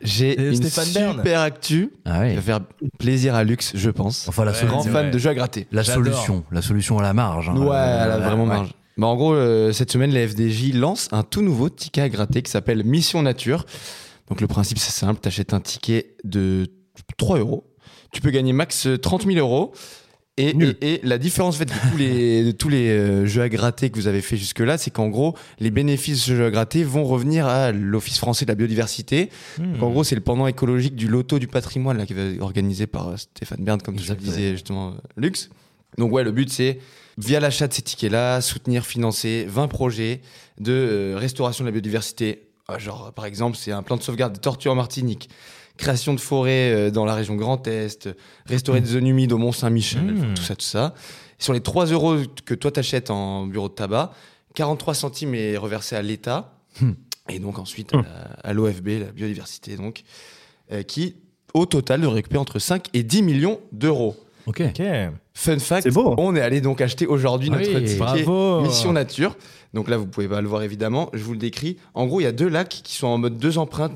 J'ai Et une Stéphane Bern. super actu qui va faire plaisir à Lux, je pense. Enfin, la Grand solution. fan de jeux à gratter. La J'adore. solution à la marge. Hein. Ouais, elle a vraiment ouais. marge. Bah, en gros, cette semaine, la FDJ lance un tout nouveau ticket à gratter qui s'appelle Mission Nature. Donc le principe, c'est simple, t'achètes un ticket de 3 €. Tu peux gagner max 30 000 €. Et la différence en fait, de tous les jeux à gratter que vous avez fait jusque-là, c'est qu'en gros, les bénéfices de ce jeu à gratter vont revenir à l'Office français de la biodiversité. Donc, en gros, c'est le pendant écologique du loto du patrimoine là, qui va être organisé par Stéphane Bern, comme tu le disais justement, Lux. Donc ouais, le but c'est, via l'achat de ces tickets-là, soutenir, financer 20 projets de restauration de la biodiversité. Genre, par exemple, c'est un plan de sauvegarde des tortues en Martinique, création de forêts dans la région Grand Est, restaurer des zones humides au Mont-Saint-Michel, tout ça. Et sur les 3 € que toi t'achètes en bureau de tabac, 43 centimes est reversé à l'État, et donc ensuite à l'OFB, la biodiversité, donc, qui, au total, devrait récupérer entre 5 et 10 millions d'euros. Ok. Fun fact, C'est beau. on est allé donc acheter aujourd'hui notre ticket bravo. Mission Nature. Donc là, vous pouvez pas le voir évidemment, je vous le décris. En gros, il y a 2 lacs qui sont en mode 2 empreintes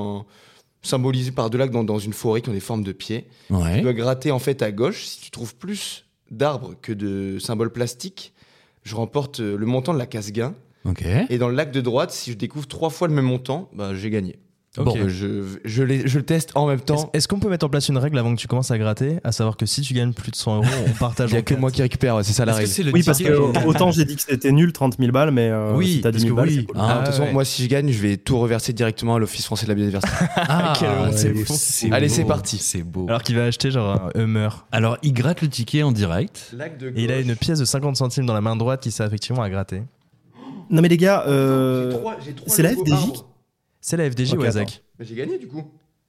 symbolisées par 2 lacs dans une forêt qui ont des formes de pieds. Ouais. Tu dois gratter en fait à gauche. Si tu trouves plus d'arbres que de symboles plastiques, je remporte le montant de la casse-gain. Ok. Et dans le lac de droite, si je découvre 3 fois le même montant, bah, j'ai gagné. Ok. Bon, je le teste en même temps. Est-ce qu'on peut mettre en place une règle avant que tu commences à gratter, à savoir que si tu gagnes plus de 100 €, on partage Il n'y a en que moi qui récupère, ouais, c'est ça la Est-ce que règle. c'est le Oui, parce ticket- que autant j'ai dit que c'était nul, 30 000 balles, mais Oui, si t'as 10 000 parce balles, que c'est cool. oui. Ah, de toute façon, ouais. moi, si je gagne, je vais tout reverser directement à l'Office français de la biodiversité. Ah, Quelle honte, c'est ouais, fou. Allez, beau. c'est parti. C'est beau. Alors qu'il va acheter genre un Hummer. Alors, il gratte le ticket en direct. Et il a une pièce de 50 centimes dans la main droite qui sert effectivement à gratter. Non, mais les gars, J'ai trois c'est la logos FDJ. arbres. C'est la FDJ Ok, ou attends. Zach? Mais j'ai gagné du coup.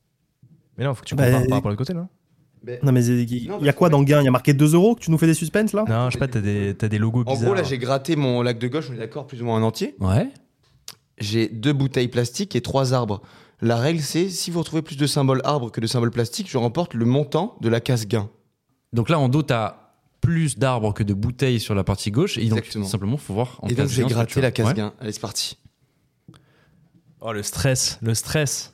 Mais non, faut que tu Bah, compares par rapport à l'autre côté là. non, mais il y a quoi dans le gain? Il y a marqué 2 € que tu nous fais des suspens là? Non, je sais pas, t'as des logos En bizarres. gros, là, j'ai gratté mon lac de gauche, on est d'accord, plus ou moins en entier. Ouais. J'ai 2 bouteilles plastiques et 3 arbres. La règle, c'est si vous retrouvez plus de symboles arbres que de symboles plastiques, je remporte le montant de la casse-gain. Donc là, en dos, t'as plus d'arbres que de bouteilles sur la partie gauche. Et donc, Exactement. simplement, faut voir en Et donc, j'ai casse-gain ce que gratté tu as. la casse-gain. Allez, c'est parti. Oh, le stress, le stress.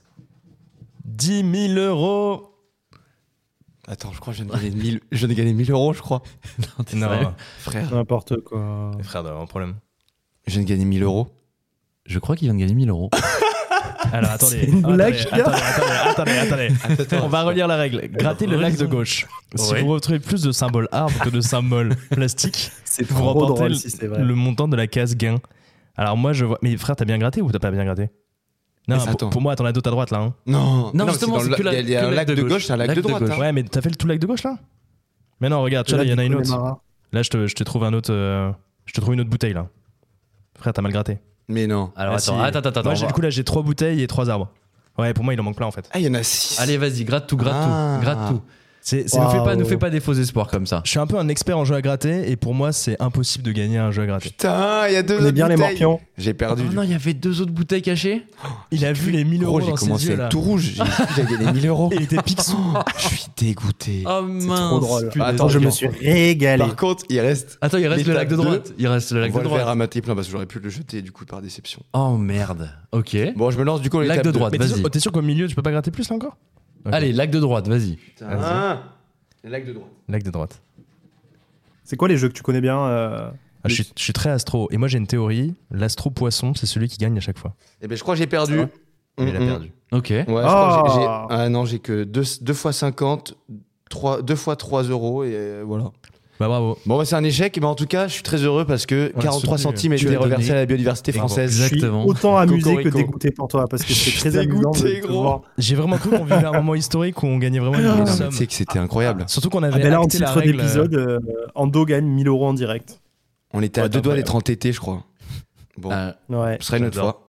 10 000 €. Attends, je crois que je viens de gagner 1000 €, je crois. Non, Frère, N'importe quoi. frère, un problème. je viens de gagner 1000 €. Je crois qu'il vient de gagner 1000 €. Alors attendez, C'est une blague, attendez. On va relire la règle. Grattez le lac de gauche. Si Ouais. vous retrouvez plus de symboles arbres que de symboles plastiques, C'est vous trop remportez drôle si c'est vrai. le montant de la case gain. Alors moi je vois. Mais frère, t'as bien gratté ou t'as pas bien gratté? Non, Attends. pour moi, t'en as d'autres à droite là. Hein. Non, Non, justement, c'est c'est que dans le- il y a que un lac de gauche, c'est un lac de droite. hein. Ouais, mais t'as fait tout lac de gauche là? Mais non, regarde, tu vois, là, il y en a une autre. Là, je te trouve un autre. Je te trouve une autre bouteille là. Frère, t'as mal gratté. Mais non. Alors, Ah, attends, si. attends. Moi, on du va- coup, là, j'ai 3 bouteilles et 3 arbres. Ouais, pour moi, il en manque plein en fait. Ah, il y en a 6. Allez, vas-y, gratte tout. Ah. Gratte tout. C'est Nous fais pas des faux espoirs comme ça. Je suis un peu un expert en jeu à gratter et pour moi, c'est impossible de gagner un jeu à gratter. Putain, il y a 2 On est bien les morpions. J'ai perdu. Oh non, il y avait 2 autres bouteilles cachées. Il a vu les 1000 Gros, € j'ai dans ses commencé à yeux être là. tout rouge. J'ai gagné 1000 €. Et il était pixou. Je suis dégoûté. Oh mince. Trop drôle. punaise. Attends, Je me suis régalé. Par contre, il reste. Attends, il reste le lac de L'étape droite. Il reste le lac On va de le faire droite. à mater plein parce que j'aurais pu le jeter du coup par déception. Oh merde. Ok. Bon, je me lance du coup à Lac l'étape de deux. droite. Mais Vas-y. t'es sûr qu'au milieu, tu peux pas gratter plus là encore? Ok. Allez, lac de droite, vas-y. Putain. Le lac de droite. Lac de droite. C'est quoi les jeux que tu connais bien Ah, je suis très astro. Et moi, j'ai une théorie. L'astro-poisson, c'est celui qui gagne à chaque fois. Eh ben, je crois que j'ai perdu. Il a perdu. Ok. Ouais, je crois que ah non, j'ai que 2 fois 50, 2 fois 3 € et voilà. Bah bravo. Bon, bah, c'est un échec, mais en tout cas, je suis très heureux parce que On a 43 soutenu. centimes Tu étaient as donné. reversés à la biodiversité Bravo. française. Je suis Exactement. autant amusé que Cocorico. dégoûté pour toi parce que Je c'est suis très amusant de dégoûté, te gros. voir. J'ai vraiment cru qu'on vivait un moment historique où on gagnait vraiment une Non, grosse mais somme. tu sais que c'était incroyable. Surtout qu'on Ah avait ben là, en acté la titre règle. d'épisode, Ando gagne 1000 € en direct. On était à Ouais, 2 doigts ouais. d'être entêtés, je crois. Bon, Ouais. ce sera une autre j'adore. fois.